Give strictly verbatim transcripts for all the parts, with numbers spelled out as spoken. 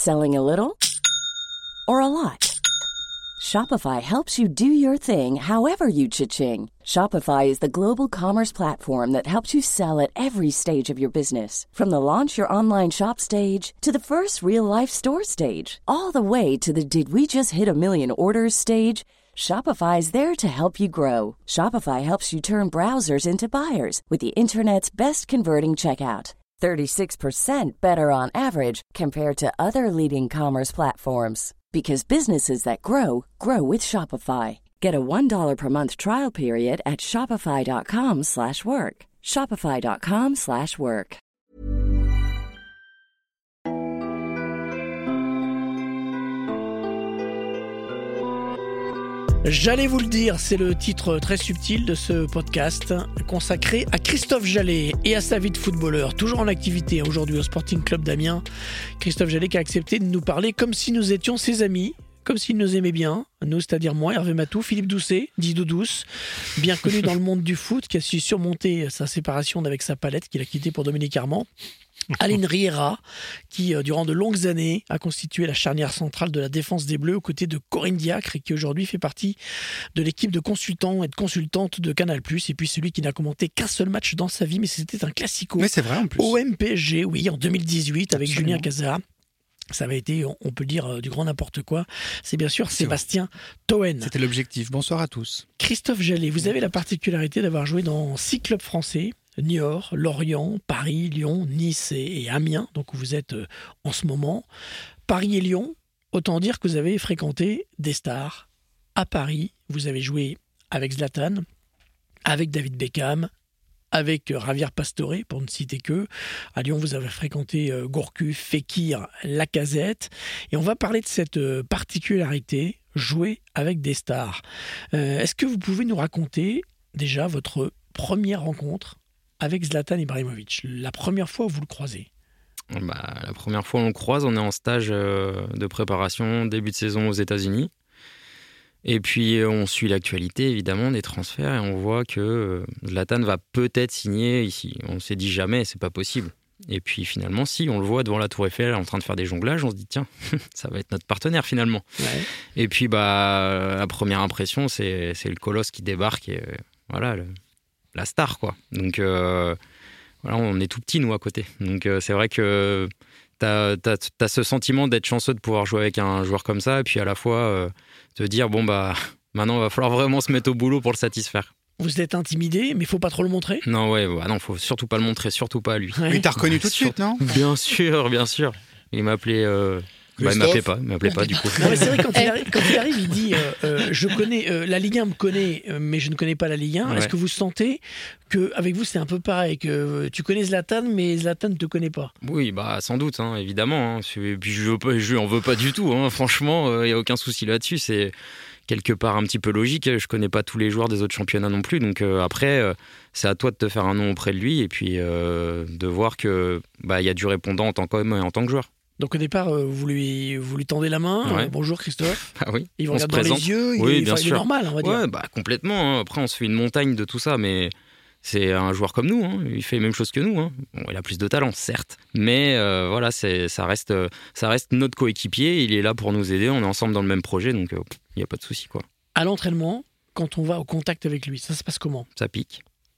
Selling a little or a lot? Shopify helps you do your thing however you cha-ching. Shopify is the global commerce platform that helps you sell at every stage of your business. From the launch your online shop stage to the first real-life store stage, all the way to the did we just hit a million orders stage. Shopify is there to help you grow. Shopify helps you turn browsers into buyers with the internet's best converting checkout. thirty-six percent better on average compared to other leading commerce platforms. Because businesses that grow, grow with Shopify. Get a one dollar per month trial period at shopify.com slash work. Shopify.com slash work. J'allais vous le dire, c'est le titre très subtil de ce podcast consacré à Christophe Jallet et à sa vie de footballeur, toujours en activité aujourd'hui au Sporting Club d'Amiens. Christophe Jallet qui a accepté de nous parler comme si nous étions ses amis, comme s'il nous aimait bien, nous, c'est-à-dire moi, Hervé Matou, Philippe Doucet, dit Doudouce, bien connu dans le monde du foot, qui a su surmonter sa séparation d'avec sa palette qu'il a quittée pour Dominique Armand. Aline Riera, qui, durant de longues années, a constitué la charnière centrale de la défense des Bleus aux côtés de Corinne Diacre et qui aujourd'hui fait partie de l'équipe de consultants et de consultantes de Canal+. Et puis celui qui n'a commenté qu'un seul match dans sa vie, mais c'était un classico. Mais c'est vrai en plus. O M P S G, oui, en deux mille dix-huit, avec Absolument. Julien Cazard. Ça avait été, on peut dire, du grand n'importe quoi. C'est bien sûr C'est Sébastien Toen. C'était l'objectif. Bonsoir à tous. Christophe Jallet, vous avez la particularité d'avoir joué dans six clubs français. Niort, Lorient, Paris, Lyon, Nice et, et Amiens, donc où vous êtes euh, en ce moment. Paris et Lyon, autant dire que vous avez fréquenté des stars. À Paris, vous avez joué avec Zlatan, avec David Beckham, avec euh, Javier Pastore, pour ne citer que. À Lyon, vous avez fréquenté euh, Gourcuff, Fekir, Lacazette. Et on va parler de cette euh, particularité, jouer avec des stars. Euh, est-ce que vous pouvez nous raconter déjà votre première rencontre avec Zlatan Ibrahimovic, la première fois où vous le croisez? Bah, la première fois où on le croise, on est en stage euh, de préparation, début de saison aux États-Unis. Et puis on suit l'actualité évidemment des transferts et on voit que euh, Zlatan va peut-être signer ici. On s'est dit jamais, c'est pas possible. Et puis finalement, si, on le voit devant la Tour Eiffel en train de faire des jonglages, on se dit tiens, ça va être notre partenaire finalement. Ouais. Et puis bah, la première impression, c'est, c'est le colosse qui débarque et euh, voilà, le, la star quoi. Donc euh, voilà, on est tout petits nous à côté. Donc euh, c'est vrai que t'as, t'as, t'as ce sentiment d'être chanceux de pouvoir jouer avec un joueur comme ça et puis à la fois euh, te dire bon bah maintenant il va falloir vraiment se mettre au boulot pour le satisfaire. Vous êtes intimidé, mais il faut pas trop le montrer. Non ouais, bah non, faut surtout pas le montrer, surtout pas à lui. Ouais. Mais t'as reconnu tout de suite, non? Bien sûr, bien sûr. Il m'appelait. Euh... Bah, il m'appelait pas, il m'appelait pas du coup. Non, mais c'est vrai, quand il arrive, quand il, arrive, il dit euh, euh, je connais, euh, la Ligue un me connaît, euh, mais je ne connais pas la Ligue un. Ouais. Est-ce que vous sentez qu'avec vous, c'est un peu pareil, que euh, tu connais Zlatan, mais Zlatan ne te connaît pas? Oui, bah, sans doute, hein, évidemment. Hein. Et puis je ne lui en veux pas du tout. Hein. Franchement, il euh, n'y a aucun souci là-dessus. C'est quelque part un petit peu logique. Je connais pas tous les joueurs des autres championnats non plus. Donc euh, après, euh, c'est à toi de te faire un nom auprès de lui et puis euh, de voir qu'il bah, y a du répondant en tant qu'homme et en tant que joueur. Donc au départ, euh, vous, lui, vous lui tendez la main. Ouais. Euh, bonjour Christophe. Ah oui. Il vous On regarde se dans présente. les yeux. Il, Oui, est, bien enfin, il est sûr. normal, on va dire. Ouais, bah, complètement. Hein. Après, on se fait une montagne de tout ça, mais c'est un joueur comme nous. Hein. Il fait les mêmes choses que nous. Hein. Bon, il a plus de talent, certes. Mais euh, voilà, c'est, ça, reste, ça reste notre coéquipier. Il est là pour nous aider. On est ensemble dans le même projet, donc il euh, n'y a pas de souci, quoi. À l'entraînement, quand on va au contact avec lui, ça se passe comment? Ça pique.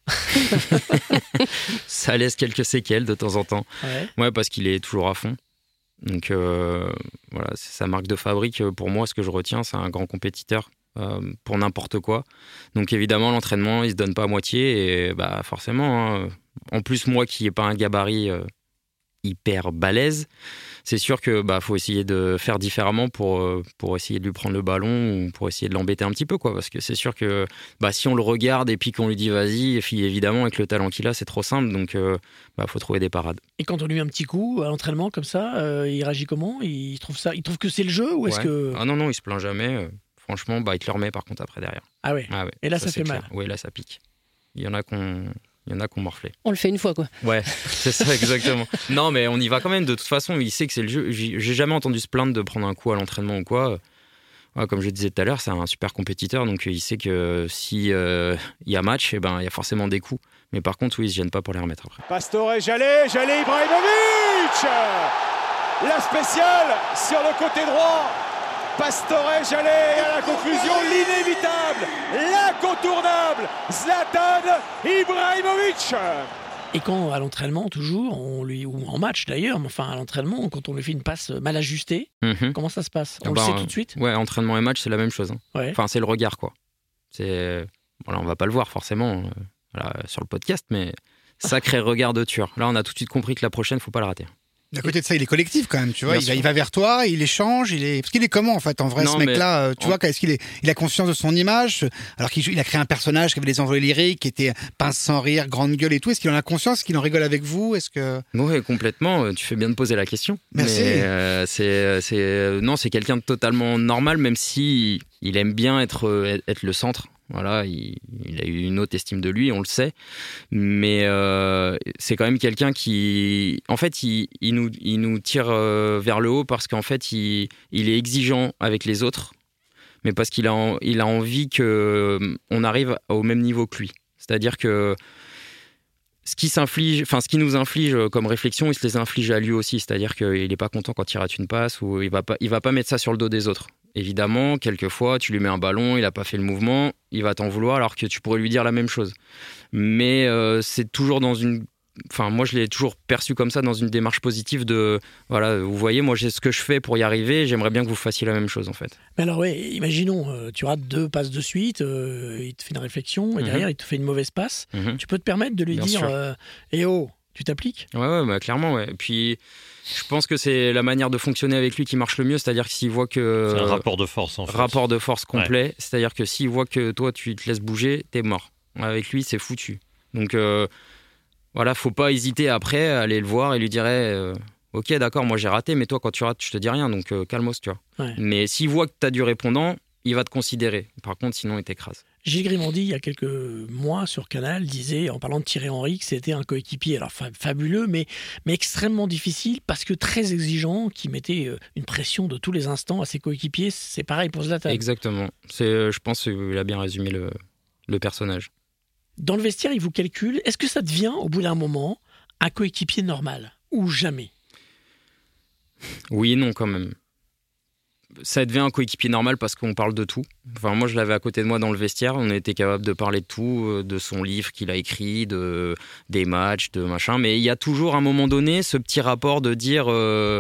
Ça laisse quelques séquelles de temps en temps. Ouais. Ouais, parce qu'il est toujours à fond. Donc euh, voilà, c'est sa marque de fabrique. Pour moi, ce que je retiens, c'est un grand compétiteur euh, pour n'importe quoi. Donc évidemment, l'entraînement, il se donne pas à moitié. Et bah, forcément, hein, en plus, moi qui n'ai pas un gabarit euh, hyper balèze, c'est sûr que bah, faut essayer de faire différemment pour, euh, pour essayer de lui prendre le ballon ou pour essayer de l'embêter un petit peu, quoi. Parce que c'est sûr que bah, si on le regarde et puis qu'on lui dit vas-y, et puis évidemment, avec le talent qu'il a, c'est trop simple. Donc euh, bah, faut trouver des parades. Et quand on lui met un petit coup à l'entraînement comme ça, euh, il réagit comment? Il trouve ça, il trouve que c'est le jeu ou est-ce Ouais. que... Ah non, non, il se plaint jamais. Euh, franchement, bah, il te le remet par contre après derrière. Ah ouais. Ah ouais, Et là, ça c'est fait clair. mal. Oui, là, ça pique. Il y en a qu'on... Il y en a qui ont morflé. On le fait une fois, quoi. Ouais, c'est ça, exactement. Non, mais on y va quand même. De toute façon, il sait que c'est le jeu. J'ai j'ai jamais entendu se plaindre de prendre un coup à l'entraînement ou quoi. Ouais, comme je disais tout à l'heure, c'est un super compétiteur. Donc, il sait que si euh, il y a match, eh ben, il y a forcément des coups. Mais par contre, oui, il ne se gêne pas pour les remettre après. Pastore, Jallet, Jallet, Ibrahimovic. la spéciale sur le côté droit. Pastore, j'allais à la conclusion, l'inévitable, l'incontournable, Zlatan Ibrahimovic. Et quand à l'entraînement, toujours, on lui, ou en match d'ailleurs, mais enfin à l'entraînement, quand on lui fait une passe mal ajustée, mmh. comment ça se passe ? On ah le bah, sait tout de suite ? Ouais, entraînement et match, c'est la même chose. Hein. Ouais. Enfin, c'est le regard, quoi. C'est... Bon, là, on va pas le voir forcément euh, voilà, sur le podcast, mais sacré regard de tueur. Là, on a tout de suite compris que la prochaine, faut pas la rater. À côté de ça, il est collectif quand même, tu vois. Il va, il va vers toi, il échange, il est. Parce qu'il est comment en fait, en vrai, non, ce mec-là, tu on... vois, est-ce qu'il est, il a conscience de son image, alors qu'il il a créé un personnage qui avait des envolées lyriques, qui était pince sans rire, grande gueule et tout. Est-ce qu'il en a conscience, est-ce qu'il en rigole avec vous, est-ce que. Oui, complètement. Tu fais bien de poser la question. Merci. Mais, euh, c'est, c'est, non, c'est quelqu'un de totalement normal, même si il aime bien être, être le centre. Voilà, il, il a eu une haute estime de lui, on le sait, mais euh, c'est quand même quelqu'un qui, en fait, il, il, nous, il nous tire vers le haut parce qu'en fait, il, il est exigeant avec les autres, mais parce qu'il a, il a envie qu'on arrive au même niveau que lui. C'est-à-dire que ce qui s'inflige, enfin ce qui nous inflige comme réflexion, il se les inflige à lui aussi. C'est-à-dire qu'il n'est pas content quand il rate une passe ou il va pas, il va pas mettre ça sur le dos des autres. Évidemment, quelquefois, tu lui mets un ballon, il n'a pas fait le mouvement, il va t'en vouloir alors que tu pourrais lui dire la même chose. Mais euh, c'est toujours dans une... Enfin, moi, je l'ai toujours perçu comme ça, dans une démarche positive de... Voilà, vous voyez, moi, j'ai ce que je fais pour y arriver, j'aimerais bien que vous fassiez la même chose, en fait. Mais alors, ouais, imaginons, euh, tu rates deux passes de suite, euh, il te fait une réflexion, et derrière, mm-hmm. il te fait une mauvaise passe. Mm-hmm. Tu peux te permettre de lui bien dire euh, « Eh oh !» Tu t'appliques ? Ouais, ouais, bah, clairement, ouais. Et puis, je pense que c'est la manière de fonctionner avec lui qui marche le mieux, c'est-à-dire que s'il voit que... C'est un rapport de force, en fait. Rapport de force complet, ouais. C'est-à-dire que s'il voit que toi, tu te laisses bouger, t'es mort. Avec lui, c'est foutu. Donc, euh, voilà, faut pas hésiter après à aller le voir et lui dire euh, « Ok, d'accord, moi j'ai raté, mais toi, quand tu rates, je te dis rien, donc euh, calmos, tu vois. Ouais. » Mais s'il voit que t'as du répondant, il va te considérer. Par contre, sinon, il t'écrase. Gilles Grimandi, il y a quelques mois sur Canal, disait, en parlant de Thierry Henry, que c'était un coéquipier alors fabuleux, mais, mais extrêmement difficile, parce que très exigeant, qui mettait une pression de tous les instants à ses coéquipiers. C'est pareil pour Zlatan. Exactement. C'est, je pense qu'il a bien résumé le, le personnage. Dans le vestiaire, il vous calcule. Est-ce que ça devient, au bout d'un moment, un coéquipier normal, ou jamais ? Oui et non, quand même. Ça devient un coéquipier normal parce qu'on parle de tout. Enfin, moi, je l'avais à côté de moi dans le vestiaire. On était capable de parler de tout, de son livre qu'il a écrit, de, des matchs, de machin. Mais il y a toujours, à un moment donné, ce petit rapport de dire euh,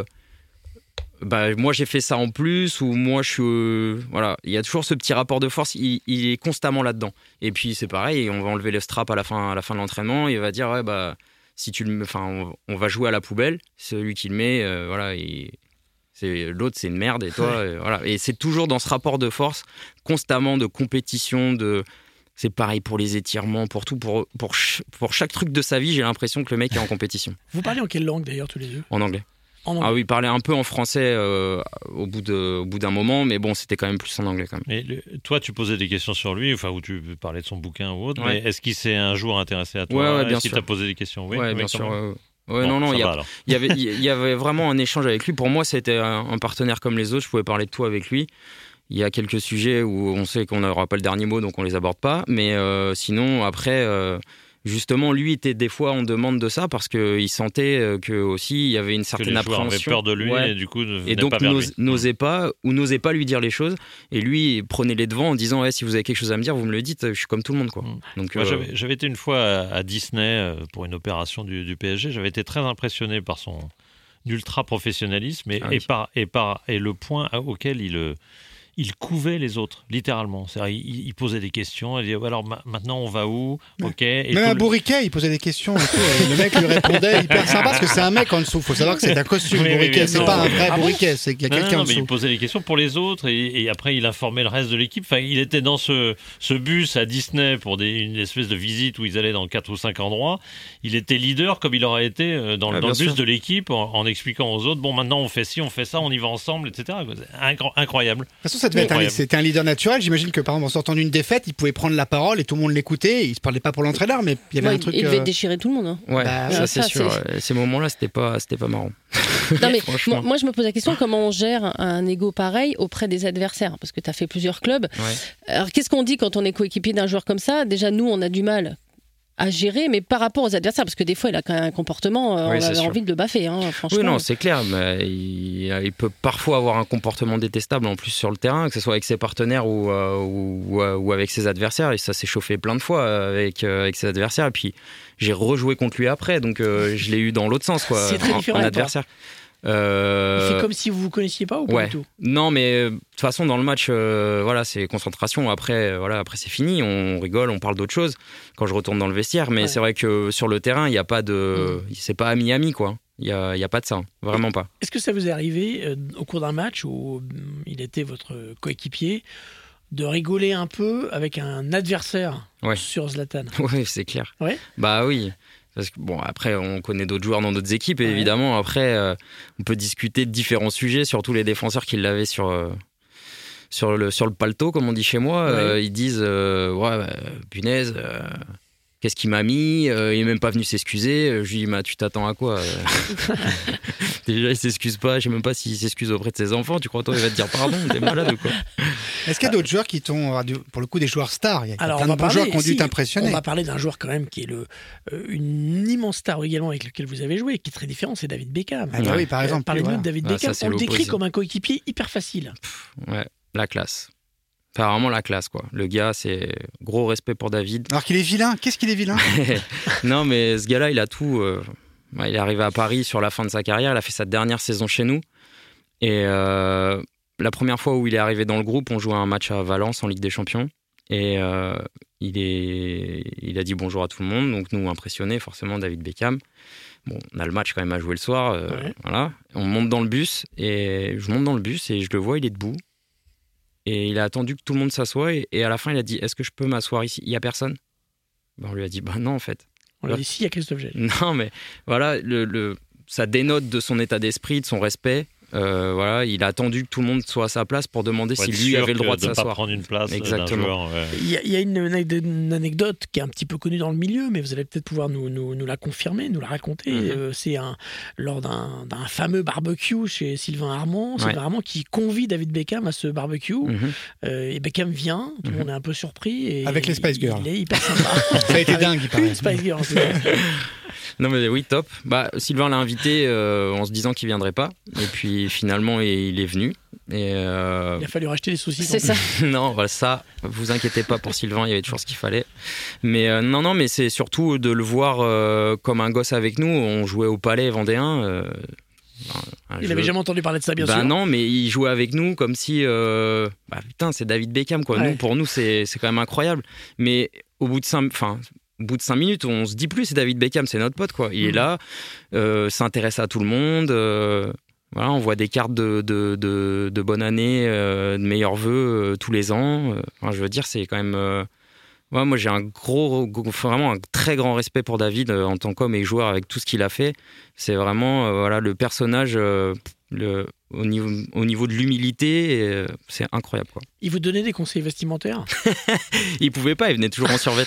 bah, moi, j'ai fait ça en plus, ou moi, je suis... Euh, voilà. Il y a toujours ce petit rapport de force. Il, il est constamment là-dedans. Et puis, c'est pareil. On va enlever le strap à la fin, à la fin de l'entraînement. Il va dire, ouais, bah, si tu le... Enfin, on, on va jouer à la poubelle. Celui qui le met, euh, voilà, il... C'est, l'autre, c'est une merde, et toi, ouais. et, voilà. Et c'est toujours dans ce rapport de force, constamment de compétition, de... C'est pareil pour les étirements, pour tout, pour, pour, ch... pour chaque truc de sa vie, j'ai l'impression que le mec est en compétition. Vous parlez en quelle langue d'ailleurs, tous les deux ? En anglais. En anglais. Ah oui, il parlait un peu en français euh, au, bout de, au bout d'un moment, mais bon, c'était quand même plus en anglais quand même. Et le, toi, tu posais des questions sur lui, enfin, ou tu parlais de son bouquin ou autre, ouais. Mais est-ce qu'il s'est un jour intéressé à toi ? Ouais, ouais, bien Est-ce qu'il sûr. t'a posé des questions ? Oui, ouais, bien sûr. Ouais, ouais. Ouais, bon, non, non, il y, y, avait, il y avait vraiment un échange avec lui. Pour moi, c'était un, un partenaire comme les autres. Je pouvais parler de tout avec lui. Il y a quelques sujets où on sait qu'on n'aura pas le dernier mot, donc on les aborde pas. Mais euh, sinon, après, euh, justement, lui était des fois en demande de ça parce qu'il sentait que aussi il y avait une certaine que les appréhension. Avaient peur de lui ouais. et du coup et donc pas vers n'ose, lui. n'osait pas ou n'osait pas lui dire les choses. Et lui prenait les devants en disant ouais, si vous avez quelque chose à me dire, vous me le dites. Je suis comme tout le monde, quoi. Mmh. Donc moi, euh... j'avais, j'avais été une fois à, à Disney pour une opération du, du P S G. J'avais été très impressionné par son ultra professionnalisme et, ah oui. et par et par et le point auquel il il couvait les autres, littéralement. C'est-à-dire, il, il posait des questions, il disait alors ma- maintenant on va où ? Ok. Et même à le... Bourriquet, il posait des questions et tout. Et le mec lui répondait hyper sympa parce que c'est un mec en dessous. Il faut savoir que c'est un costume, oui, Bourriquet. Oui, oui, c'est non, pas un vrai ah Bourriquet, bon c'est qu'il y a non, quelqu'un non, en non, dessous. Mais il posait des questions pour les autres et, et après il informait le reste de l'équipe. Enfin, il était dans ce, ce bus à Disney pour des, une espèce de visite où ils allaient dans quatre ou cinq endroits. Il était leader comme il aurait été dans, ah, dans le bus sûr. de l'équipe en, en expliquant aux autres bon, maintenant on fait ci, on fait ça, on y va ensemble, et cetera. Incro- incroyable. De toute façon, ça devait être un, c'était un leader naturel. J'imagine que par exemple en sortant d'une défaite, il pouvait prendre la parole et tout le monde l'écoutait. Il se parlait pas pour l'entraîneur, mais il y avait ouais, un truc. Il devait euh... déchirer tout le monde. Hein. Ouais, bah, ça, ça c'est sûr. C'est... Ces moments-là, c'était pas, c'était pas marrant. Non mais moi, moi, je me pose la question comment on gère un ego pareil auprès des adversaires, parce que tu as fait plusieurs clubs. Ouais. Alors qu'est-ce qu'on dit quand on est coéquipier d'un joueur comme ça ? Déjà, nous, on a du mal. à gérer, mais par rapport aux adversaires, parce que des fois, il a quand même un comportement, euh, oui, on avait envie de le baffer, hein, franchement. Oui, non, c'est clair, mais il, il peut parfois avoir un comportement détestable en plus sur le terrain, que ce soit avec ses partenaires ou, euh, ou, ou avec ses adversaires, et ça s'est chauffé plein de fois avec, euh, avec ses adversaires, et puis j'ai rejoué contre lui après, donc euh, je l'ai eu dans l'autre sens, quoi, c'est très en, différent, en adversaire. Euh... Il fait comme si vous vous connaissiez pas ou pas ouais. du tout? Non, mais de toute façon dans le match, euh, voilà, c'est concentration. Après, euh, voilà, après c'est fini, on rigole, on parle d'autre chose. Quand je retourne dans le vestiaire, mais ouais. c'est vrai que sur le terrain, il y a pas de, mmh. c'est pas ami-ami quoi. Il y a, il y a pas de ça, vraiment pas. Est-ce que ça vous est arrivé euh, au cours d'un match où il était votre coéquipier de rigoler un peu avec un adversaire ouais. sur Zlatan? Oui, c'est clair. Ouais. Bah oui. Parce que, bon, après, on connaît d'autres joueurs dans d'autres équipes, et ouais. évidemment, après, euh, on peut discuter de différents sujets, surtout les défenseurs qui l'avaient sur, euh, sur, le, sur le paletot, comme on dit chez moi. Ouais. Euh, ils disent euh, ouais, bah, punaise, euh, qu'est-ce qu'il m'a mis euh, il n'est même pas venu s'excuser. Je lui dis, tu t'attends à quoi? Déjà, il s'excuse pas, je sais même pas s'il s'excuse auprès de ses enfants. Tu crois, toi, il va te dire pardon, t'es malade ou quoi? Est-ce qu'il y a d'autres joueurs qui t'ont, pour le coup, des joueurs stars? Il y a Alors, plein de bons joueurs qui ont dû t'impressionner. On va parler d'un joueur quand même qui est le, euh, une immense star également avec lequel vous avez joué, qui est très différent, c'est David Beckham. Ah, bah oui, par exemple. Parlez-nous voilà. de David ah, Beckham. ça, on le l'opposé. décrit comme un coéquipier hyper facile. Pff, ouais, la classe. Enfin, vraiment la classe, quoi. Le gars, c'est gros respect pour David. Alors qu'il est vilain. Qu'est-ce qu'il est vilain? Non, mais ce gars-là, il a tout. Euh... Il est arrivé à Paris sur la fin de sa carrière. Il a fait sa dernière saison chez nous. Et euh, la première fois où il est arrivé dans le groupe, on jouait un match à Valence en Ligue des Champions. Et euh, il, est... il a dit bonjour à tout le monde. Donc, nous, impressionnés, forcément, David Beckham. Bon, on a le match quand même à jouer le soir. Euh, ouais. Voilà. On monte dans le bus. Et je monte dans le bus et je le vois, il est debout. Et il a attendu que tout le monde s'assoie. Et, et à la fin, il a dit, est-ce que je peux m'asseoir ici? Il n'y a personne? Ben, on lui a dit, bah non, en fait. On lui a dit, si, il y a Christophe Gel. Non, mais voilà, le, le, ça dénote de son état d'esprit, de son respect. Euh, voilà, il a attendu que tout le monde soit à sa place pour demander si lui avait le droit de s'asseoir. De ne pas prendre une place. Exactement. D'un joueur, ouais. Il y a, il y a une, une anecdote qui est un petit peu connue dans le milieu, mais vous allez peut-être pouvoir nous, nous, nous la confirmer, nous la raconter. Mm-hmm. Euh, c'est un, lors d'un, d'un fameux barbecue chez Sylvain Armand. Ouais. Sylvain Armand qui convie David Beckham à ce barbecue. Mm-hmm. Euh, et Beckham vient, tout le mm-hmm. monde est un peu surpris. Et avec les Spice Girls. Il est hyper sympa. Ça a été dingue, il paraît. Une Spice Girls. Non mais oui, top. Bah, Sylvain l'a invité euh, en se disant qu'il viendrait pas. Et puis finalement, il est venu. Et euh... il a fallu racheter les saucisses. C'est ça. Non, voilà, ça, vous inquiétez pas pour Sylvain, il y avait toujours ce qu'il fallait. Mais euh, non, non, mais c'est surtout de le voir euh, comme un gosse avec nous. On jouait au Palais Vendéen. Euh, un il n'avait jamais entendu parler de ça, bien bah sûr. Non, mais il jouait avec nous comme si, euh, bah putain, c'est David Beckham, quoi. Ouais. Nous, pour nous, c'est c'est quand même incroyable. Mais au bout de cinq, enfin. Au bout de cinq minutes, on se dit plus, c'est David Beckham, c'est notre pote, quoi. Il mmh. est là, euh, s'intéresse à tout le monde. Euh, voilà, on voit des cartes de, de, de, de bonne année, euh, de meilleurs vœux euh, tous les ans. Euh, enfin, je veux dire, c'est quand même. Euh, ouais, moi, j'ai un gros, vraiment un très grand respect pour David euh, en tant qu'homme et joueur avec tout ce qu'il a fait. C'est vraiment, euh, voilà, le personnage. Euh, le, au niveau, au niveau de l'humilité, euh, c'est incroyable, quoi. Il vous donnait des conseils vestimentaires? Il pouvait pas, il venait toujours en survêt.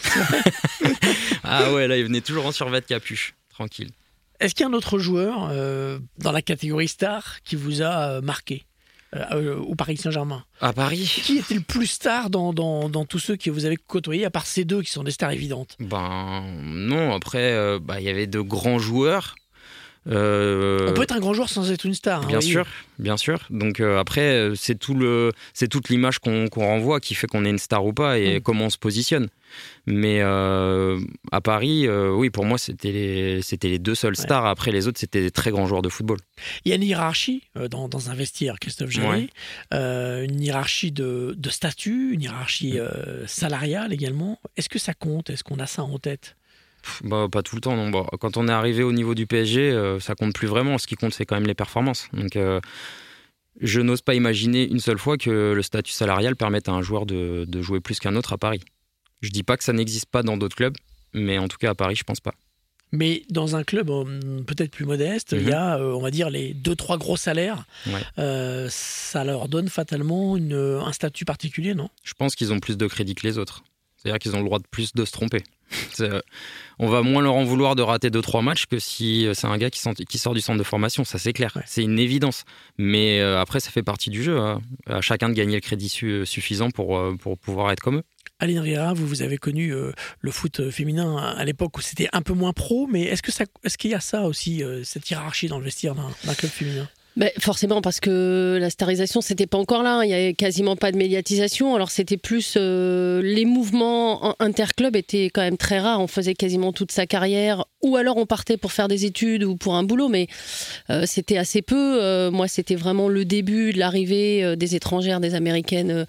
Ah ouais, là, il venait toujours en survêt capuche, tranquille. Est-ce qu'il y a un autre joueur euh, dans la catégorie star qui vous a euh, marqué euh, au Paris Saint-Germain? À Paris? Qui était le plus star dans, dans, dans tous ceux que vous avez côtoyés, à part ces deux qui sont des stars évidentes? Ben non, après, euh, bah, y avait de grands joueurs. Euh, On peut être un grand joueur sans être une star. Bien hein, sûr, oui. bien sûr. Donc euh, après, c'est tout le, c'est toute l'image qu'on, qu'on renvoie qui fait qu'on est une star ou pas et mmh. comment on se positionne. Mais euh, à Paris, euh, oui, pour moi, c'était les, c'était les deux seules stars. Ouais. Après, les autres, c'était des très grands joueurs de football. Il y a une hiérarchie euh, dans, dans un vestiaire, Christophe Gel. Ouais. Euh, une hiérarchie de, de statut, une hiérarchie euh, salariale également. Est-ce que ça compte? Est-ce qu'on a ça en tête? Bah, pas tout le temps, non. Bah, quand on est arrivé au niveau du P S G, euh, ça compte plus vraiment. Ce qui compte, c'est quand même les performances. Donc, euh, je n'ose pas imaginer une seule fois que le statut salarial permette à un joueur de, de jouer plus qu'un autre à Paris. Je dis pas que ça n'existe pas dans d'autres clubs, mais en tout cas à Paris, je pense pas. Mais dans un club euh, peut-être plus modeste, il mm-hmm. y a, euh, on va dire, les deux, trois gros salaires. Ouais. Euh, ça leur donne fatalement une, un statut particulier, non? Je pense qu'ils ont plus de crédit que les autres. C'est-à-dire qu'ils ont le droit de plus de se tromper. C'est, euh, on va moins leur en vouloir de rater deux trois matchs que si c'est un gars qui, sent, qui sort du centre de formation, ça c'est clair, ouais. C'est une évidence. Mais euh, après, ça fait partie du jeu, hein. À chacun de gagner le crédit su, suffisant pour, euh, pour pouvoir être comme eux. Aline Riera, vous, vous avez connu euh, le foot féminin à l'époque où c'était un peu moins pro, mais est-ce, que ça, est-ce qu'il y a ça aussi, euh, cette hiérarchie dans le vestiaire d'un, d'un club féminin ? Ben, forcément, parce que la starisation, c'était pas encore là. Il y avait quasiment pas de médiatisation. Alors, c'était plus euh, les mouvements interclubs étaient quand même très rares. On faisait quasiment toute sa carrière, ou alors on partait pour faire des études ou pour un boulot, mais euh, c'était assez peu. Euh, moi, c'était vraiment le début de l'arrivée euh, des étrangères, des américaines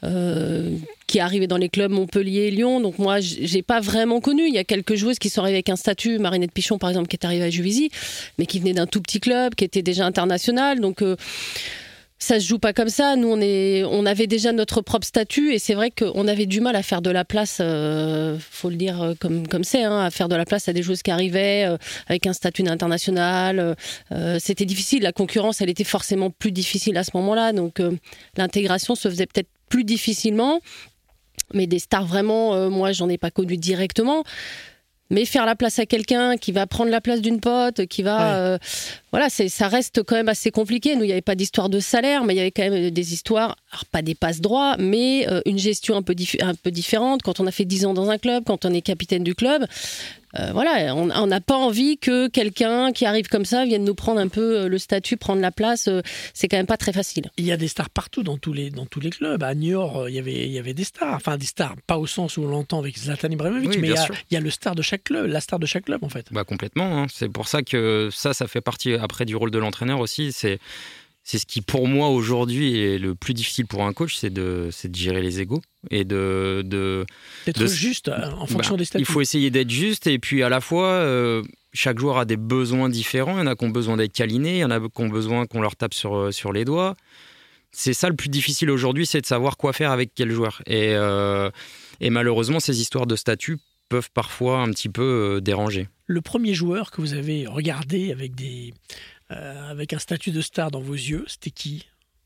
euh, qui arrivaient dans les clubs Montpellier et Lyon. Donc moi, j'ai pas vraiment connu. Il y a quelques joueuses qui sont arrivées avec un statut, Marinette Pichon par exemple, qui est arrivée à Juvisy, mais qui venait d'un tout petit club, qui était déjà international. Donc euh, ça se joue pas comme ça. Nous, on est, on avait déjà notre propre statut, et c'est vrai qu'on avait du mal à faire de la place, euh, faut le dire comme comme c'est, hein, à faire de la place à des joueuses qui arrivaient euh, avec un statut international. Euh, c'était difficile. La concurrence, elle était forcément plus difficile à ce moment-là. Donc euh, l'intégration se faisait peut-être plus difficilement. Mais des stars vraiment, euh, moi, j'en ai pas connu directement. Mais faire la place à quelqu'un qui va prendre la place d'une pote, qui va... Ouais. Euh, voilà, c'est, ça reste quand même assez compliqué. Nous, il n'y avait pas d'histoire de salaire, mais il y avait quand même des histoires, alors pas des passe-droits, mais euh, une gestion un peu, dif- un peu différente. Quand on a fait dix ans dans un club, quand on est capitaine du club, euh, voilà, on n'a pas envie que quelqu'un qui arrive comme ça vienne nous prendre un peu le statut, prendre la place. Euh, c'est quand même pas très facile. Il y a des stars partout dans tous les, dans tous les clubs. À Niort, il y avait, il y avait des stars. Enfin, des stars, pas au sens où on l'entend avec Zlatan Ibrahimovic, oui, mais il y, a, il y a le star de chaque club, la star de chaque club, en fait. Bah, complètement. Hein. C'est pour ça que ça, ça fait partie après du rôle de l'entraîneur aussi. C'est, c'est ce qui, pour moi, aujourd'hui, est le plus difficile pour un coach, c'est de, c'est de gérer les égos et de... de d'être de, juste en fonction bah, des statuts. Il faut essayer d'être juste, et puis à la fois, euh, chaque joueur a des besoins différents. Il y en a qui ont besoin d'être câlinés, il y en a qui ont besoin qu'on leur tape sur, sur les doigts. C'est ça le plus difficile aujourd'hui, c'est de savoir quoi faire avec quel joueur. Et, euh, et malheureusement, ces histoires de statut peuvent parfois un petit peu euh, déranger. Le premier joueur que vous avez regardé avec, des, euh, avec un statut de star dans vos yeux, c'était qui ?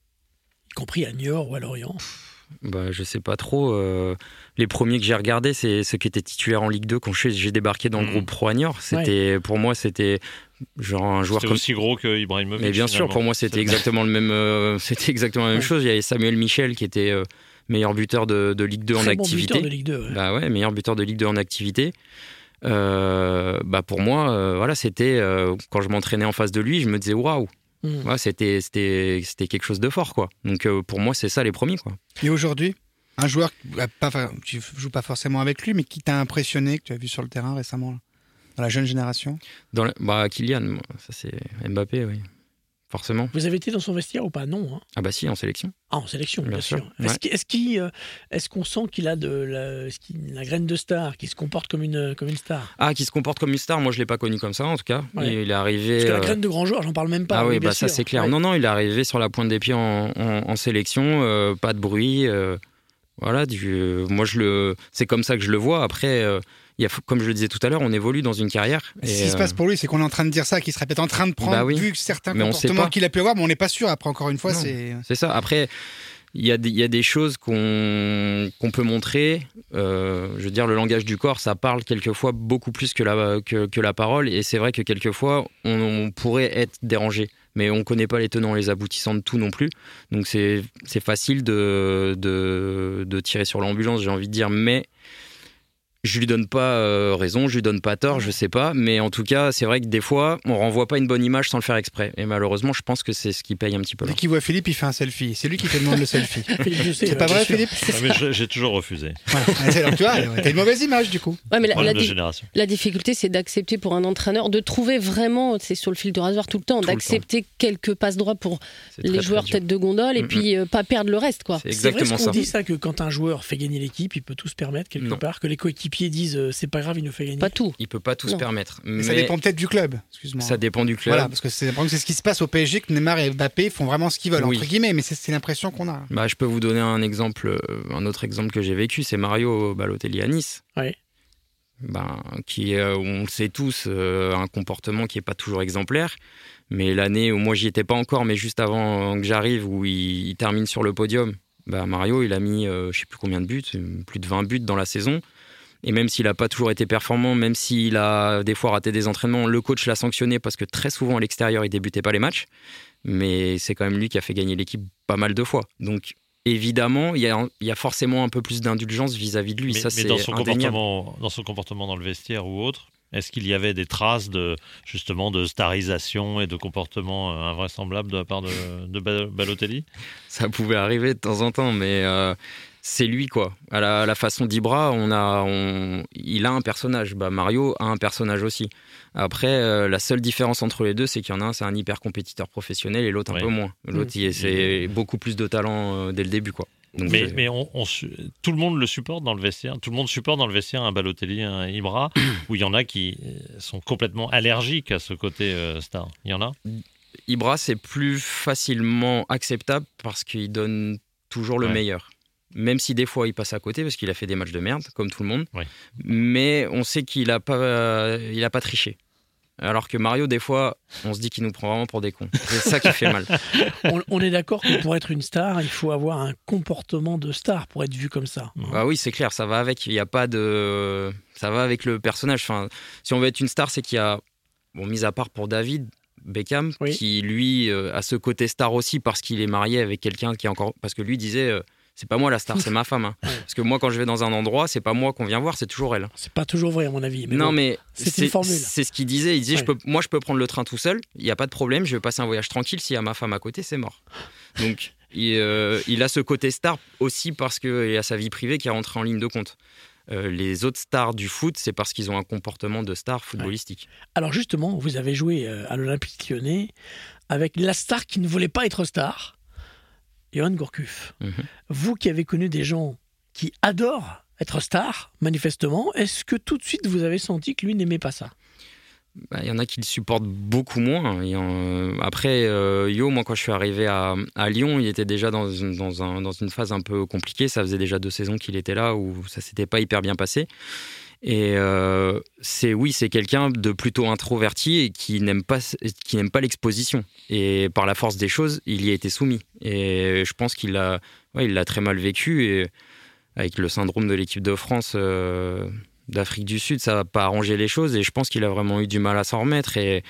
Y compris à Niort ou à Lorient ? Bah, je sais pas trop. Euh, les premiers que j'ai regardés, c'est ceux qui étaient titulaires en Ligue deux quand je, j'ai débarqué dans le mmh. groupe Pro à Niort. C'était, ouais. Pour moi, c'était genre un joueur c'était comme... aussi gros que Ibrahimovic. Mais bien finalement. sûr, pour moi, c'était exactement le même. Euh, c'était exactement la même ouais. chose. Il y avait Samuel Michel qui était euh, meilleur buteur de, de Ligue deux Très en bon activité. Buteur de Ligue deux, ouais. Bah ouais, meilleur buteur de Ligue deux en activité. Euh, bah pour moi, euh, voilà, c'était euh, quand je m'entraînais en face de lui, je me disais waouh. Mmh. Ouais, c'était, c'était, c'était quelque chose de fort, quoi. Donc euh, pour moi, c'est ça les premiers, quoi. Et aujourd'hui, un joueur, pas, tu joues pas forcément avec lui, mais qui t'a impressionné, que tu as vu sur le terrain récemment, là, dans la jeune génération ? Dans la, bah, Kylian, ça c'est Mbappé, oui. Forcément. Vous avez été dans son vestiaire ou pas ? Non. Hein. Ah bah si, en sélection. Ah, en sélection, bien, bien sûr. sûr. Ouais. Est-ce, qu'il, est-ce, qu'il, euh, est-ce qu'on sent qu'il a de la, est-ce qu'il, la graine de star, qu'il se comporte comme une, comme une star ? Ah, qui se comporte comme une star, moi je ne l'ai pas connu comme ça en tout cas. Ouais. Il est arrivé... Parce que la graine de grand joueur, j'en parle même pas. Ah oui, oui bah sûr. Ça c'est clair. Ouais. Non, non, il est arrivé sur la pointe des pieds en, en, en sélection, euh, pas de bruit. Euh, voilà, du, euh, moi je le, c'est comme ça que je le vois. Après... Euh, Il y a, comme je le disais tout à l'heure, on évolue dans une carrière. Et Ce qui euh... se passe pour lui, c'est qu'on est en train de dire ça, qu'il serait peut-être en train de prendre, bah oui. vu certains mais comportements qu'il a pu avoir, mais on n'est pas sûr. Après, encore une fois, non, c'est... C'est ça. Après, il y a des, il y a des choses qu'on, qu'on peut montrer. Euh, je veux dire, le langage du corps, ça parle quelquefois beaucoup plus que la, que, que la parole. Et c'est vrai que quelquefois, on, on pourrait être dérangé. Mais on ne connaît pas les tenants et les aboutissants de tout non plus. Donc c'est, c'est facile de, de, de tirer sur l'ambulance, j'ai envie de dire. Mais... je lui donne pas euh, raison, je lui donne pas tort, je sais pas, mais en tout cas, c'est vrai que des fois, on renvoie pas une bonne image sans le faire exprès. Et malheureusement, je pense que c'est ce qui paye un petit peu. Dès qu'il voit Philippe, il fait un selfie. C'est lui qui te demande le selfie. Philippe, je sais, c'est ouais, pas vrai, sûr. Philippe ? Ah, mais j'ai, j'ai toujours refusé. Voilà. Alors, tu vois, t'as une mauvaise image du coup. Ouais, mais la, la, de di- génération. la difficulté, c'est d'accepter pour un entraîneur, de trouver vraiment, c'est sur le fil de rasoir tout le temps, tout d'accepter le temps. quelques passes droits pour c'est les très, joueurs très tête de gondole, et mm-hmm. puis euh, pas perdre le reste, quoi. C'est exactement c'est vrai ce qu'on ça. dit ça, que quand un joueur fait gagner l'équipe, il peut tout se permettre quelque non. part, que les coéquipiers disent euh, c'est pas grave, il nous fait gagner. Pas tout. Il peut pas tout non. se permettre. Mais, mais ça dépend peut-être du club. Excuse-moi. Ça dépend du club. Voilà, parce que c'est, c'est ce qui se passe au P S G, que Neymar et Mbappé font vraiment ce qu'ils veulent, oui. entre guillemets, mais c'est, c'est l'impression qu'on a. Bah, je peux vous donner un exemple, un autre exemple que j'ai vécu, c'est Mario Balotelli à Nice. Oui. Ben, qui, euh, on le sait tous, euh, un comportement qui n'est pas toujours exemplaire. Mais l'année où moi j'y étais pas encore, mais juste avant que j'arrive, où il, il termine sur le podium, ben Mario il a mis euh, je sais plus combien de buts, plus de vingt buts dans la saison. Et même s'il n'a pas toujours été performant, même s'il a des fois raté des entraînements, le coach l'a sanctionné parce que très souvent à l'extérieur il débutait pas les matchs. Mais c'est quand même lui qui a fait gagner l'équipe pas mal de fois. Donc évidemment, il y a, il y a forcément un peu plus d'indulgence vis-à-vis de lui. Mais, ça, mais c'est dans son indéniable. comportement, dans son comportement dans le vestiaire ou autre, est-ce qu'il y avait des traces de, justement, de starisation et de comportement invraisemblable de la part de, de Balotelli ? Ça pouvait arriver de temps en temps, mais euh, c'est lui, quoi. À la, à la façon d'Ibra, on a, on, il a un personnage. Bah, Mario a un personnage aussi. Après, euh, la seule différence entre les deux, c'est qu'il y en a un, c'est un hyper compétiteur professionnel et l'autre un oui. peu moins. L'autre, mmh. il, c'est beaucoup plus de talent euh, dès le début, quoi. Donc, mais mais on, on, tout le monde le supporte dans le vestiaire. Tout le monde supporte dans le vestiaire un Balotelli, un Ibra, où il y en a qui sont complètement allergiques à ce côté euh, star. Il y en a ? Ibra, c'est plus facilement acceptable parce qu'il donne toujours le ouais. meilleur. Même si des fois il passe à côté parce qu'il a fait des matchs de merde, comme tout le monde. Ouais. Mais on sait qu'il n'a pas, euh, il a pas triché. Alors que Mario, des fois, on se dit qu'il nous prend vraiment pour des cons. C'est ça qui fait mal. On, on est d'accord que pour être une star, il faut avoir un comportement de star pour être vu comme ça. Bah oui, c'est clair, ça va avec. Il y a pas de, ça va avec le personnage. Enfin, si on veut être une star, c'est qu'il y a, bon, mis à part pour David Beckham, oui. qui lui euh, a ce côté star aussi parce qu'il est marié avec quelqu'un qui est encore, parce que lui disait. Euh, C'est pas moi la star, c'est ma femme. Hein. Parce que moi, quand je vais dans un endroit, c'est pas moi qu'on vient voir, c'est toujours elle. C'est pas toujours vrai, à mon avis. Mais non, bon, mais c'est, c'est, une formule. c'est ce qu'il disait. Il disait, ouais. je peux, moi, je peux prendre le train tout seul, il n'y a pas de problème, je vais passer un voyage tranquille. S'il y a ma femme à côté, c'est mort. Donc, il, euh, il a ce côté star aussi parce qu'il a sa vie privée qui est rentrée en ligne de compte. Euh, les autres stars du foot, c'est parce qu'ils ont un comportement de star footballistique. Ouais. Alors justement, vous avez joué à l'Olympique Lyonnais avec la star qui ne voulait pas être star. Johan Gourcuff, mmh. vous qui avez connu des gens qui adorent être stars, manifestement, est-ce que tout de suite vous avez senti que lui n'aimait pas ça ? Bah, y en a qui le supportent beaucoup moins. En... Après, euh, Yo, moi quand je suis arrivé à, à Lyon, il était déjà dans une, dans, un, dans une phase un peu compliquée. Ça faisait déjà deux saisons qu'il était là où ça s'était pas hyper bien passé. Et euh, c'est oui, c'est quelqu'un de plutôt introverti et qui n'aime pas qui n'aime pas l'exposition. Et par la force des choses, il y a été soumis. Et je pense qu'il l'a, ouais, il l'a très mal vécu. Et avec le syndrome de l'équipe de France euh, d'Afrique du Sud, ça n'a pas arrangé les choses. Et je pense qu'il a vraiment eu du mal à s'en remettre. Et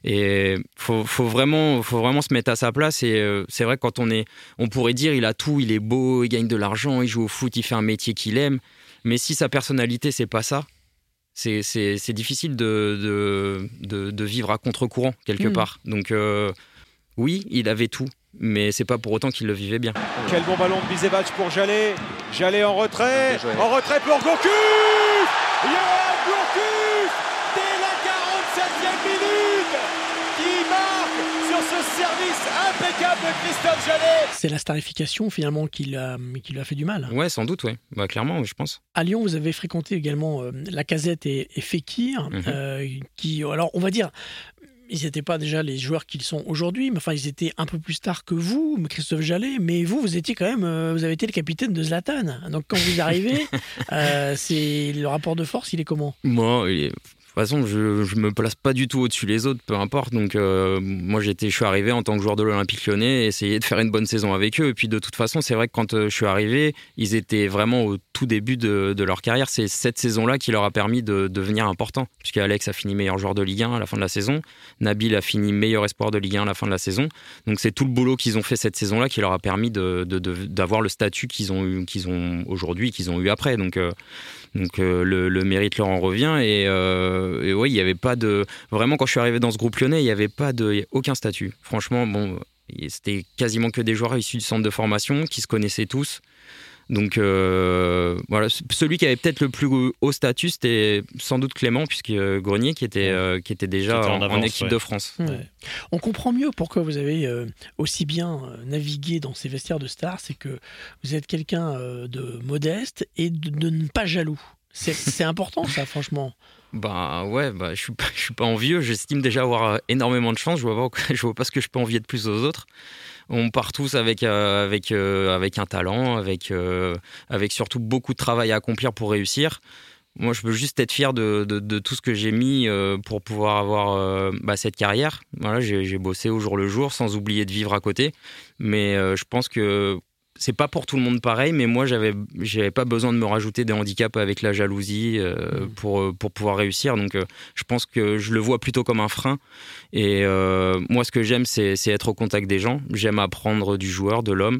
et faut faut vraiment faut vraiment se mettre à sa place. Et euh, c'est vrai que quand on est, on pourrait dire il a tout, il est beau, il gagne de l'argent, il joue au foot, il fait un métier qu'il aime. Mais si sa personnalité, c'est pas ça, c'est, c'est, c'est difficile de, de, de, de vivre à contre-courant, quelque mmh. part. Donc, euh, oui, il avait tout, mais c'est pas pour autant qu'il le vivait bien. Quel bon ballon de Bisevac pour Jallet. Jallet en retrait. En retrait pour Gourcuff. Johan Gourcuff, dès la quarante-septième minute, qui marque sur ce service impeccable de Christophe Jallet. C'est la starification finalement qui, l'a, qui lui a fait du mal. Ouais, sans doute, ouais. Bah, clairement, je pense. À Lyon, vous avez fréquenté également euh, Lacazette et, et Fekir, mmh. euh, qui, alors on va dire, ils n'étaient pas déjà les joueurs qu'ils sont aujourd'hui, mais enfin ils étaient un peu plus stars que vous, Christophe Jallet, mais vous, vous étiez quand même, euh, vous avez été le capitaine de Zlatan. Donc quand vous arrivez, euh, c'est le rapport de force, il est comment ? Moi, il est... De toute façon, je je me place pas du tout au-dessus des autres, peu importe. Donc, euh, moi, j'étais, je suis arrivé en tant que joueur de l'Olympique Lyonnais, essayer de faire une bonne saison avec eux. Et puis, de toute façon, c'est vrai que quand euh, je suis arrivé, ils étaient vraiment au tout début de, de leur carrière. C'est cette saison-là qui leur a permis de devenir important, puisque Alex a fini meilleur joueur de Ligue un à la fin de la saison, Nabil a fini meilleur espoir de Ligue un à la fin de la saison. Donc, c'est tout le boulot qu'ils ont fait cette saison-là qui leur a permis de, de, de, d'avoir le statut qu'ils ont eu, qu'ils ont aujourd'hui, qu'ils ont eu après. Donc, euh, donc euh, le, le mérite leur en revient et, euh, et ouais, il y avait pas de vraiment quand je suis arrivé dans ce groupe lyonnais, il y avait pas de y a aucun statut. Franchement, bon, c'était quasiment que des joueurs issus du centre de formation qui se connaissaient tous. Donc euh, voilà, celui qui avait peut-être le plus haut statut, c'était sans doute Clément, puisque euh, Grenier qui était euh, qui était déjà qui était en, en, avance, en équipe ouais. de France. Ouais. On comprend mieux pourquoi vous avez euh, aussi bien navigué dans ces vestiaires de stars, c'est que vous êtes quelqu'un euh, de modeste et de, de ne pas jaloux. C'est, c'est important ça, franchement. Bah ouais, bah je suis pas, je suis pas envieux. J'estime déjà avoir énormément de chance. Je vois pas, je vois pas ce que je peux envier de plus aux autres. On part tous avec euh, avec euh, avec un talent, avec euh, avec surtout beaucoup de travail à accomplir pour réussir. Moi, je peux juste être fier de de, de tout ce que j'ai mis euh, pour pouvoir avoir euh, bah, cette carrière. Voilà, j'ai, j'ai bossé au jour le jour, sans oublier de vivre à côté. Mais euh, je pense que c'est pas pour tout le monde pareil, mais moi j'avais j'avais pas besoin de me rajouter des handicaps avec la jalousie euh, pour pour pouvoir réussir. Donc euh, je pense que je le vois plutôt comme un frein. Et euh, moi ce que j'aime c'est c'est être au contact des gens. J'aime apprendre du joueur, de l'homme.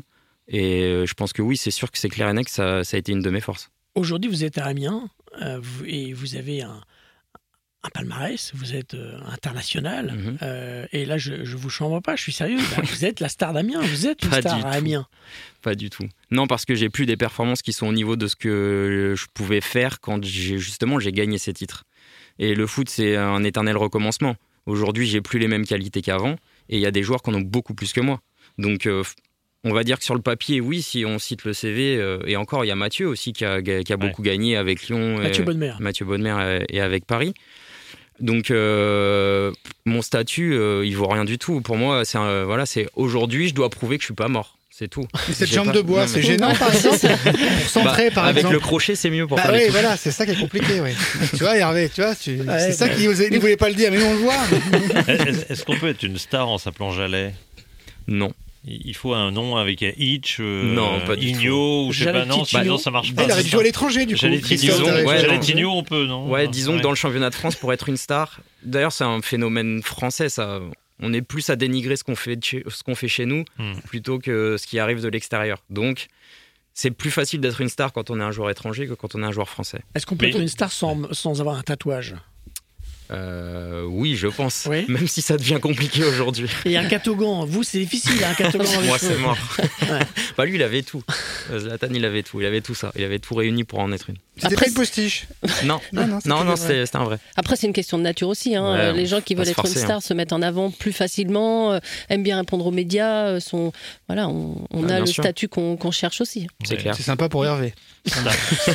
Et je pense que oui, c'est sûr que c'est clair et net que ça, ça a été une de mes forces. Aujourd'hui, vous êtes à Amiens euh, vous, et vous avez un, un palmarès, vous êtes euh, international. Mm-hmm. Euh, et là, je ne vous chambre pas, je suis sérieux. Bah, vous êtes la star d'Amiens, vous êtes une pas star à Amiens. Pas du tout. Non, parce que j'ai plus des performances qui sont au niveau de ce que je pouvais faire quand j'ai, justement j'ai gagné ces titres. Et le foot, c'est un éternel recommencement. Aujourd'hui, j'ai plus les mêmes qualités qu'avant. Et il y a des joueurs qui en ont beaucoup plus que moi. Donc... Euh, on va dire que sur le papier, oui, si on cite le C V, euh, et encore, il y a Mathieu aussi qui a, qui a beaucoup ouais. gagné avec Lyon. Mathieu Bonnemer. Mathieu Bonnemer et avec Paris. Donc, euh, mon statut, euh, il vaut rien du tout. Pour moi, c'est un, voilà, c'est aujourd'hui, je dois prouver que je suis pas mort. C'est tout. Mais cette jambe pas... de bois, non, c'est mais... gênant, par exemple. Pour centrer, bah, par avec exemple. Avec le crochet, c'est mieux pour bah faire oui, les voilà, c'est ça qui est compliqué. Oui. Tu vois, Hervé, tu vois, tu... ouais, c'est ça bah... qu'il ne voulait pas le dire, mais nous, on le voit. Est-ce, est-ce qu'on peut être une star en s'appelant Jallet ? Non. Il faut un nom avec un Hitch, euh, non, pas Igno, ou je sais pas, non, bah, non, ça marche pas. Il aurait dû jouer à l'étranger, du coup. Jalletigno, on peut, non Ouais, disons ouais. que dans le championnat de France, pour être une star, d'ailleurs, c'est un phénomène français, ça. On est plus à dénigrer ce qu'on fait, chez, ce qu'on fait chez nous, hmm. plutôt que ce qui arrive de l'extérieur. Donc, c'est plus facile d'être une star quand on est un joueur étranger que quand on est un joueur français. Est-ce qu'on peut Mais... être une star sans, sans avoir un tatouage ? Euh, oui, je pense. Oui. Même si ça devient compliqué aujourd'hui. Et un catogan, vous, c'est difficile, un catogan. Moi, c'est mort. Ouais. Bah, lui, il avait tout. Zlatan, il avait tout. Il avait tout ça. Il avait tout réuni pour en être une. C'était pas une postiche. Non, non, non, non, non c'était, c'était un vrai. Après, c'est une question de nature aussi. Hein. Ouais, les gens qui veulent être forcer, une star hein. se mettent en avant plus facilement, euh, aiment bien répondre aux médias. Euh, sont... Voilà, on, on ah, a le sûr. statut qu'on, qu'on cherche aussi. C'est ouais. clair. C'est sympa pour Hervé. Star.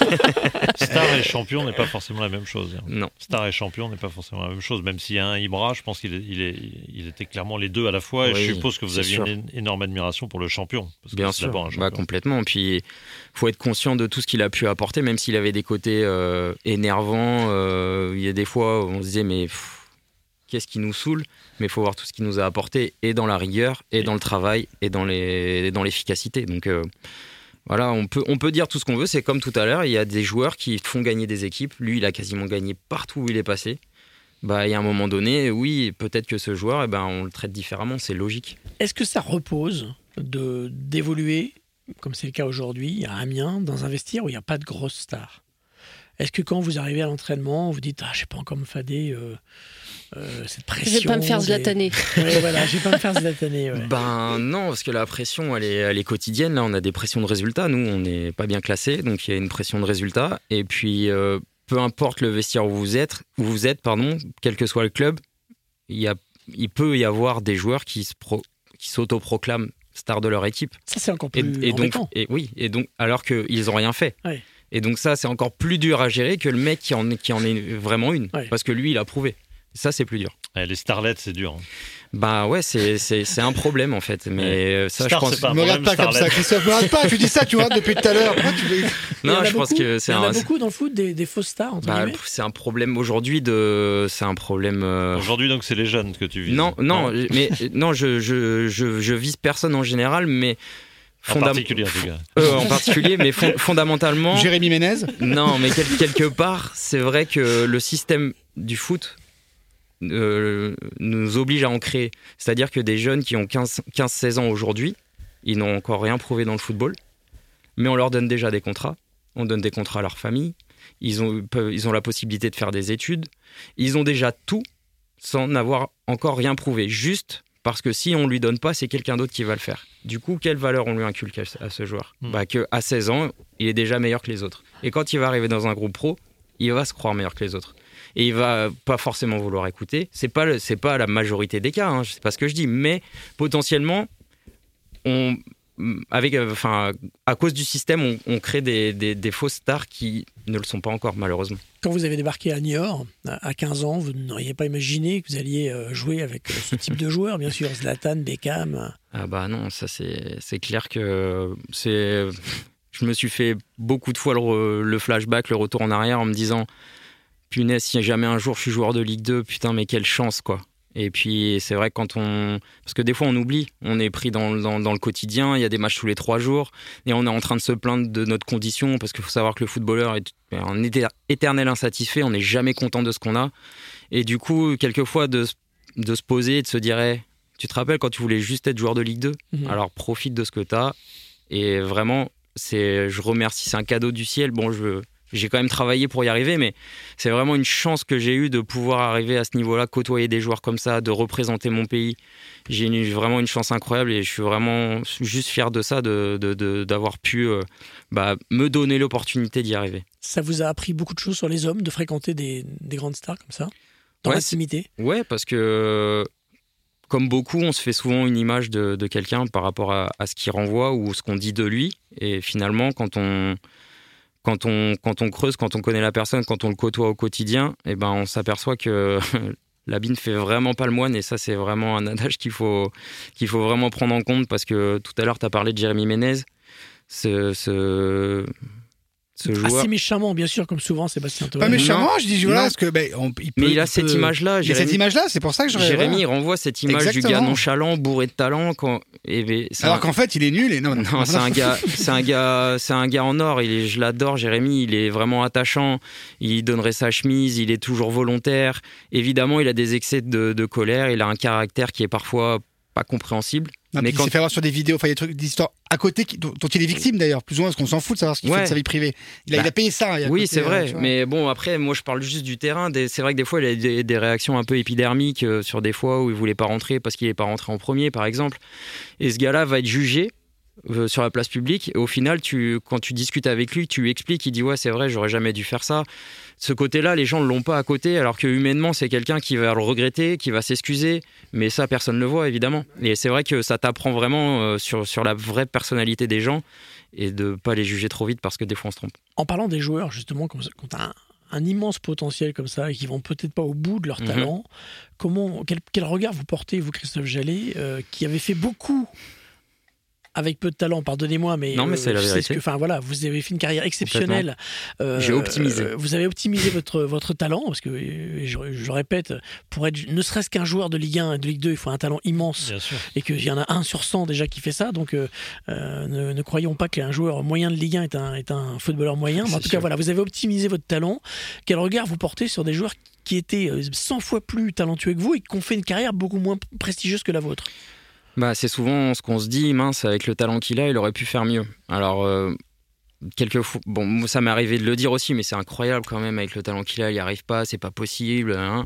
Star et champion n'est pas forcément la même chose. Hein. Non. Star et champion n'est pas forcément la même chose. Même s'il y a un Ibra, je pense qu'il est, il est, il était clairement les deux à la fois. Et oui, je suppose que vous aviez sûr. une énorme admiration pour le champion. Parce que bien c'est sûr. d'abord un champion. Bah, complètement. Puis, il faut être conscient de tout ce qu'il a pu apporter, même s'il avait des côtés euh, énervants. Euh, il y a des fois où on se disait, mais pff, qu'est-ce qui nous saoule ? Mais il faut voir tout ce qu'il nous a apporté, et dans la rigueur, et dans le travail, et dans, les, et dans l'efficacité. Donc, euh, voilà, on peut, on peut dire tout ce qu'on veut. C'est comme tout à l'heure, il y a des joueurs qui font gagner des équipes. Lui, il a quasiment gagné partout où il est passé. Bah, il y a un moment donné, oui, peut-être que ce joueur, eh ben, on le traite différemment, c'est logique. Est-ce que ça repose de, d'évoluer, comme c'est le cas aujourd'hui, à Amiens, dans un vestiaire où il n'y a pas de grosses stars ? Est-ce que quand vous arrivez à l'entraînement, vous dites « Ah, je ne sais pas encore me fader euh, euh, cette pression ». Je ne vais pas me faire zlataner. Des... Ouais, voilà, je ne vais pas me faire zlataner. Ouais. Ben non, parce que la pression, elle est, elle est quotidienne. Là, on a des pressions de résultats. Nous, on n'est pas bien classés, donc il y a une pression de résultats. Et puis, euh, peu importe le vestiaire où vous êtes, où vous êtes pardon, quel que soit le club, il, y a, il peut y avoir des joueurs qui, se pro, qui s'autoproclament stars de leur équipe. Ça, c'est encore plus et, et donc, et, Oui, et donc, alors qu'ils n'ont rien fait. Ouais. Et donc ça, c'est encore plus dur à gérer que le mec qui en, qui en est vraiment une. Ouais. Parce que lui, il a prouvé. Ça, c'est plus dur. Ouais, les starlets, c'est dur. Hein. Bah ouais, c'est, c'est, c'est un problème en fait. Mais ouais. ça, Star, je pense. C'est pas me regarde pas starlet. Comme ça, Christophe. Me regarde pas. Tu dis ça, tu vois, depuis tout à l'heure. Tu veux... Non, je beaucoup, pense que c'est il y en un. a beaucoup dans le foot des, des fausses stars. Entre bah, guillemets. C'est un problème aujourd'hui de. C'est un problème. Euh... Aujourd'hui, donc, c'est les jeunes que tu vises. Non, non, ouais. mais non, je, je, je, je vise personne en général, mais. En Fondam... particulier, en tout cas. Euh, en particulier, mais fond- fondamentalement. Jérémy Ménez. Non, mais quel- quelque part, c'est vrai que le système du foot euh, nous oblige à en créer. C'est-à-dire que des jeunes qui ont quinze seize ans aujourd'hui, ils n'ont encore rien prouvé dans le football, mais on leur donne déjà des contrats. On donne des contrats à leur famille. Ils ont, peuvent, ils ont la possibilité de faire des études. Ils ont déjà tout sans n'avoir encore rien prouvé. Juste. Parce que si on ne lui donne pas, c'est quelqu'un d'autre qui va le faire. Du coup, quelle valeur on lui inculque à ce joueur ? mmh. Bah, qu'à seize ans, il est déjà meilleur que les autres. Et quand il va arriver dans un groupe pro, il va se croire meilleur que les autres. Et il va pas forcément vouloir écouter. C'est pas, le, c'est pas la majorité des cas, hein, c'est pas ce que je dis. Mais potentiellement, on, avec, enfin, à cause du système, on, on crée des, des, des fausses stars qui ne le sont pas encore, malheureusement. Quand vous avez débarqué à Niort, à quinze ans, vous n'auriez pas imaginé que vous alliez jouer avec ce type de joueurs, bien sûr, Zlatan, Beckham. Ah bah non, ça c'est, c'est clair que c'est... Je me suis fait beaucoup de fois le, le flashback, le retour en arrière en me disant « Punaise, si jamais un jour je suis joueur de Ligue deux, putain, mais quelle chance, quoi !» Et puis c'est vrai que quand on... Parce que des fois on oublie, on est pris dans, dans, dans le quotidien, il y a des matchs tous les trois jours, et on est en train de se plaindre de notre condition, parce qu'il faut savoir que le footballeur est un éternel insatisfait, on n'est jamais content de ce qu'on a. Et du coup, quelquefois, de, de se poser et de se dire hey, « Tu te rappelles quand tu voulais juste être joueur de Ligue deux ? mmh. Alors profite de ce que tu as, Et vraiment, c'est, je remercie, c'est un cadeau du ciel. Bon, je, j'ai quand même travaillé pour y arriver, mais c'est vraiment une chance que j'ai eue de pouvoir arriver à ce niveau-là, côtoyer des joueurs comme ça, de représenter mon pays. J'ai une, vraiment une chance incroyable et je suis vraiment juste fier de ça, de, de, de, d'avoir pu euh, bah, me donner l'opportunité d'y arriver. Ça vous a appris beaucoup de choses sur les hommes, de fréquenter des, des grandes stars comme ça, dans ouais, l'intimité? Ouais, parce que comme beaucoup, on se fait souvent une image de, de quelqu'un par rapport à, à ce qu'il renvoie ou ce qu'on dit de lui. Et finalement, quand on... Quand on, quand on creuse, quand on connaît la personne, quand on le côtoie au quotidien, eh ben on s'aperçoit que l'habit ne fait vraiment pas le moine. Et ça, c'est vraiment un adage qu'il faut, qu'il faut vraiment prendre en compte parce que tout à l'heure, tu as parlé de Jérémy Ménez. Ce, ce, ce joueur... Assez méchamment, bien sûr, comme souvent, Sébastien Toer. Pas méchamment, je dis voilà, parce que... Ben, on, il peut, mais il a il cette peut... image-là. Il a cette image-là, c'est pour ça que je... Jérémy, voilà. il renvoie cette image Exactement. du gars nonchalant, bourré de talent. Quand... Et Alors un... qu'en fait, il est nul. Et non, non, non c'est un gars, c'est un gars, c'est un gars en or. Il est, je l'adore, Jérémy. Il est vraiment attachant. Il donnerait sa chemise. Il est toujours volontaire. Évidemment, il a des excès de, de colère. Il a un caractère qui est parfois pas compréhensible. Non, mais il quand... s'est fait avoir sur des vidéos, enfin, il y a des trucs, des histoires à côté qui, dont, dont il est victime d'ailleurs, plus ou moins, parce qu'on s'en fout de savoir ce qu'il ouais. fait de sa vie privée. Il a, bah, il a payé ça. Oui, côté, c'est vrai. Euh, mais bon, après, moi, je parle juste du terrain. Des, c'est vrai que des fois, il a des, des réactions un peu épidermiques euh, sur des fois où il voulait pas rentrer parce qu'il n'est pas rentré en premier, par exemple. Et ce gars-là va être jugé euh, sur la place publique. Et au final, tu, quand tu discutes avec lui, tu lui expliques, il dit ouais, c'est vrai, j'aurais jamais dû faire ça. Ce côté-là, les gens ne l'ont pas à côté, alors que humainement, c'est quelqu'un qui va le regretter, qui va s'excuser, mais ça, personne ne le voit, évidemment. Et c'est vrai que ça t'apprend vraiment euh, sur, sur la vraie personnalité des gens et de ne pas les juger trop vite parce que des fois, on se trompe. En parlant des joueurs, justement, quand tu as un, un immense potentiel comme ça et qui vont peut-être pas au bout de leur talent, mm-hmm. comment, quel, quel regard vous portez, vous, Christophe Jallet, euh, qui avait fait beaucoup avec peu de talent, pardonnez-moi, mais, non, mais c'est euh, la vérité. C'est ce que, enfin voilà, vous avez fait une carrière exceptionnelle. Euh, J'ai optimisé. Euh, vous avez optimisé votre votre talent parce que je, je le répète, pour être ne serait-ce qu'un joueur de Ligue un et de Ligue deux, il faut un talent immense et qu'il y en a un sur cent déjà qui fait ça. Donc euh, ne, ne croyons pas qu'un joueur moyen de Ligue un est un est un footballeur moyen. Mais en tout sûr. cas, voilà, vous avez optimisé votre talent. Quel regard vous portez sur des joueurs qui étaient cent fois plus talentueux que vous et qui ont fait une carrière beaucoup moins prestigieuse que la vôtre? Bah, c'est souvent ce qu'on se dit, mince, avec le talent qu'il a, il aurait pu faire mieux. Alors, euh, quelquefois, bon, ça m'est arrivé de le dire aussi, mais c'est incroyable quand même, avec le talent qu'il a, il n'y arrive pas, c'est pas possible. Hein.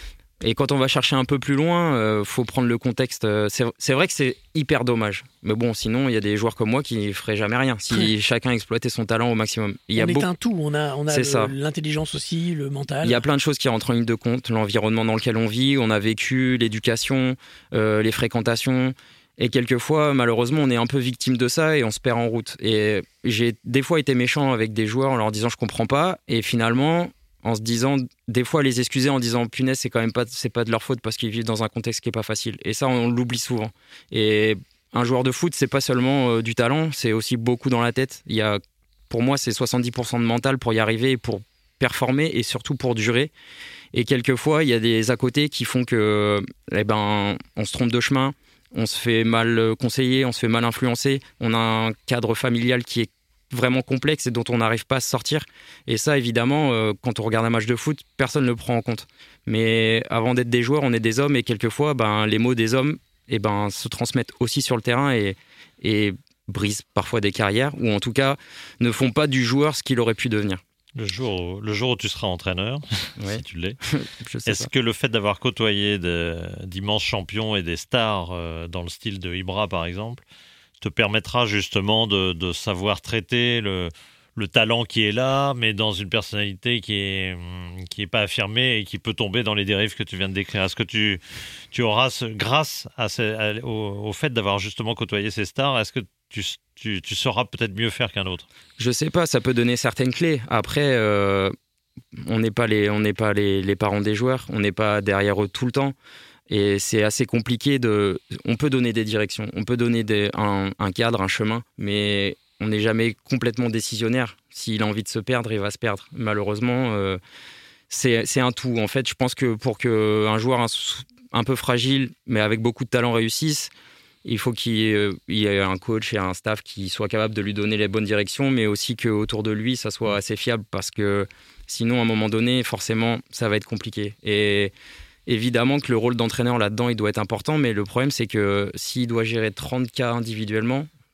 Et quand on va chercher un peu plus loin, euh, faut prendre le contexte. C'est, c'est vrai que c'est hyper dommage. Mais bon, sinon, il y a des joueurs comme moi qui ne feraient jamais rien si oui. chacun exploitait son talent au maximum. Il y on a est beaucoup... un tout, on a, on a le, l'intelligence aussi, le mental. Il y a plein de choses qui rentrent en ligne de compte. L'environnement dans lequel on vit, on a vécu, l'éducation, euh, les fréquentations. Et quelquefois, malheureusement, on est un peu victime de ça et on se perd en route. Et j'ai des fois été méchant avec des joueurs en leur disant « je comprends pas ». Et finalement, en se disant, des fois les excuser en disant « punaise, c'est quand même pas, c'est pas de leur faute parce qu'ils vivent dans un contexte qui est pas facile ». Et ça, on l'oublie souvent. Et un joueur de foot, c'est pas seulement euh, du talent, c'est aussi beaucoup dans la tête. Il y a, pour moi, c'est soixante-dix pour cent de mental pour y arriver et pour performer et surtout pour durer. Et quelquefois, il y a des à côté qui font que, eh ben, on se trompe de chemin. On se fait mal conseiller, on se fait mal influencer. On a un cadre familial qui est vraiment complexe et dont on n'arrive pas à se sortir. Et ça, évidemment, euh, quand on regarde un match de foot, personne ne le prend en compte. Mais avant d'être des joueurs, on est des hommes et quelquefois, ben, les mots des hommes eh ben, se transmettent aussi sur le terrain et, et brisent parfois des carrières ou en tout cas ne font pas du joueur ce qu'il aurait pu devenir. Le jour, où, le jour où tu seras entraîneur, ouais. si tu l'es, est-ce pas. que le fait d'avoir côtoyé de, d'immenses champions et des stars euh, dans le style de Ibra, par exemple, te permettra justement de, de savoir traiter le, le talent qui est là, mais dans une personnalité qui est, qui est pas affirmée et qui peut tomber dans les dérives que tu viens de décrire? Est-ce que tu, tu auras, ce, grâce à ce, à, au, au fait d'avoir justement côtoyé ces stars, est-ce que tu, tu, tu sauras peut-être mieux faire qu'un autre? Je sais pas, ça peut donner certaines clés. Après, euh, on n'est pas, les, on n'est pas les, les parents des joueurs, on n'est pas derrière eux tout le temps. Et c'est assez compliqué de... On peut donner des directions, on peut donner des, un, un cadre, un chemin, mais on n'est jamais complètement décisionnaire. S'il a envie de se perdre, il va se perdre. Malheureusement, euh, c'est, c'est un tout. En fait, je pense que pour qu'un joueur un, un peu fragile, mais avec beaucoup de talent réussisse, il faut qu'il y ait un coach et un staff qui soit capable de lui donner les bonnes directions, mais aussi qu'autour de lui, ça soit assez fiable, parce que sinon, à un moment donné, forcément, ça va être compliqué. Et évidemment que le rôle d'entraîneur là-dedans, il doit être important, mais le problème, c'est que s'il doit gérer trente cas individuellement,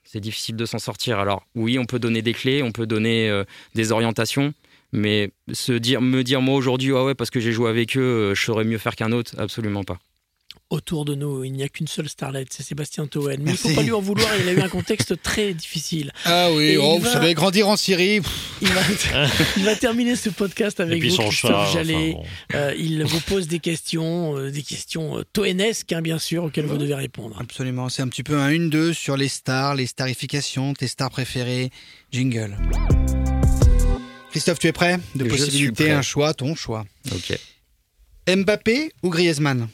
C'est difficile de s'en sortir. Alors oui, on peut donner des clés, on peut donner euh, des orientations, mais se dire, me dire moi aujourd'hui, ah ouais, parce que j'ai joué avec eux, euh, je saurais mieux faire qu'un autre, absolument pas. Autour de nous, il n'y a qu'une seule starlet, c'est Sébastien Toen. Mais Merci. Il ne faut pas lui en vouloir, il a eu un contexte très difficile. Ah oui, oh, vous va... savez, grandir en Syrie. Il va, il va terminer ce podcast avec vous, Christophe Jallet. Enfin bon. euh, il vous pose des questions, euh, des questions euh, toénesques, hein, bien sûr, auxquelles vous devez répondre. Absolument, c'est un petit peu un une deux sur les stars, les starifications, tes stars préférées. Jingle. Christophe, tu es prêt? De possibilités, un choix, ton choix. Ok. Mbappé ou Griezmann?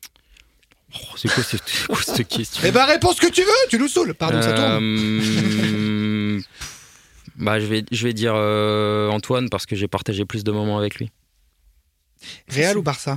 Oh, c'est quoi cette, quoi cette question? Eh ben, réponds ce que tu veux, tu nous saoules. Pardon, euh, ça tourne. bah, je vais, je vais dire euh, Antoine parce que j'ai partagé plus de moments avec lui. Real ou Barça?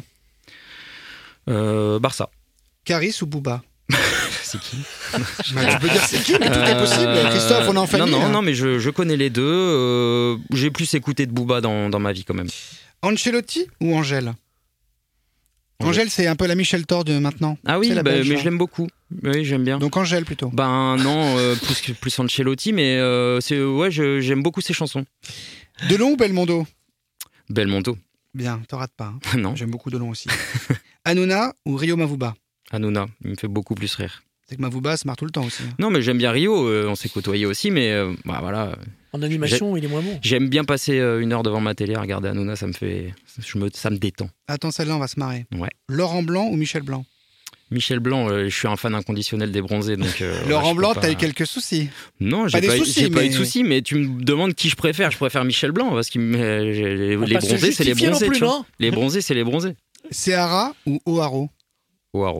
euh, Barça. Caris ou Booba? C'est qui? bah, Tu peux dire c'est qui, mais tout euh, est possible. Christophe, on est en famille. Non, non, hein. non, mais je, je connais les deux. Euh, j'ai plus écouté de Booba dans, dans ma vie quand même. Ancelotti ou Angèle? Angèle, c'est un peu la Michel Thor de maintenant. Ah oui, bah, belge, mais je l'aime beaucoup. Oui, j'aime bien. Donc Angèle plutôt. Ben non, euh, plus, plus Ancelotti, mais euh, c'est, ouais, je, j'aime beaucoup ses chansons. Delon ou Belmondo? Belmondo. Bien, t'en rates pas. Hein. Non. J'aime beaucoup Delon aussi. Hanouna ou Rio Mavuba? Hanouna, il me fait beaucoup plus rire. C'est que Mavuba se marre tout le temps aussi. Hein. Non, mais j'aime bien Rio, euh, on s'est côtoyés aussi, mais euh, bah voilà. En animation, J'ai... il est moins bon. J'aime bien passer euh, une heure devant ma télé à regarder Hanouna, ça me fait, je me, ça me détend. Attends, celle-là, on va se marrer. Ouais. Laurent Blanc ou Michel Blanc? Michel Blanc, euh, je suis un fan inconditionnel des bronzés, donc. Euh, Laurent ouais, Blanc, pas... t'as eu quelques soucis. Non, j'ai pas, pas, soucis, j'ai mais... pas eu de soucis, mais tu me demandes qui je préfère. Je préfère Michel Blanc parce que euh, les, les bronzés, c'est les bronzés. Plus, tu vois. Les bronzés, c'est les bronzés. Seara ou O'Haro? O'Haro.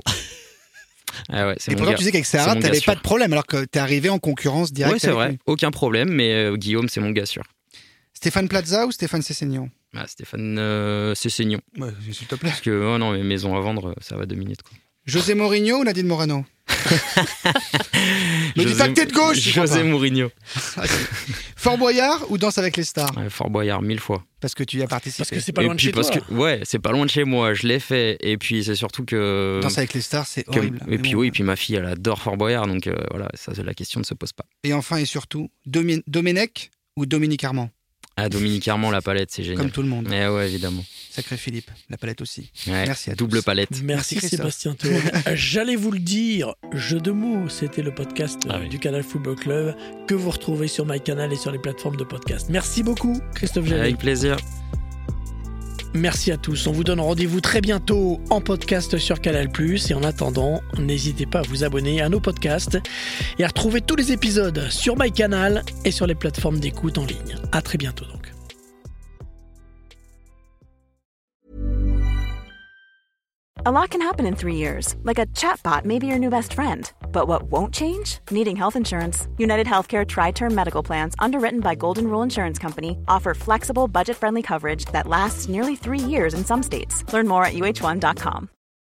Ah ouais, c'est et pourtant, tu disais qu'avec Seara, t'avais pas de problème, alors que t'es arrivé en concurrence directe. Oui, c'est vrai, lui. Aucun problème, mais euh, Guillaume, c'est mon gars sûr. Stéphane Plaza ou Stéphane Cessignon? Ah, Stéphane euh, Cessignon. Ouais, s'il te plaît. Parce que, oh non, mes maisons à vendre, ça va deux minutes, quoi. José Mourinho ou Nadine Morano? Me dis pas que t'es de gauche. José Mourinho. Fort Boyard ou Danse avec les stars? Ouais, Fort Boyard, mille fois. Parce que tu y as participé. Parce que c'est pas loin de chez parce toi. Que, ouais, c'est pas loin de chez moi. Je l'ai fait. Et puis c'est surtout que. Danse avec les stars, c'est que, horrible. Et puis bon, oui, et puis ma fille, elle adore Fort Boyard, donc euh, voilà, ça, la question ne se pose pas. Et enfin et surtout, Domi- Domenech ou Dominique Armand? Ah, Dominique Armand, la palette, c'est génial. Comme tout le monde. Eh ouais, évidemment. Sacré Philippe, la palette aussi. Ouais, merci à double tous. palette. Merci, merci Sébastien Toen. J'allais vous le dire, jeu de mots, c'était le podcast ah oui. du Canal Football Club que vous retrouvez sur MyCanal et sur les plateformes de podcast. Merci beaucoup, Christophe Jallet. Avec plaisir. Merci à tous. On vous donne rendez-vous très bientôt en podcast sur Canal plus. Et en attendant, n'hésitez pas à vous abonner à nos podcasts et à retrouver tous les épisodes sur MyCanal et sur les plateformes d'écoute en ligne. À très bientôt donc. A lot can happen in three years, like a chatbot may be your new best friend. But what won't change? Needing health insurance. United Healthcare Tri-Term Medical Plans, underwritten by Golden Rule Insurance Company, offer flexible, budget-friendly coverage that lasts nearly three years in some states. Learn more at U H one dot com.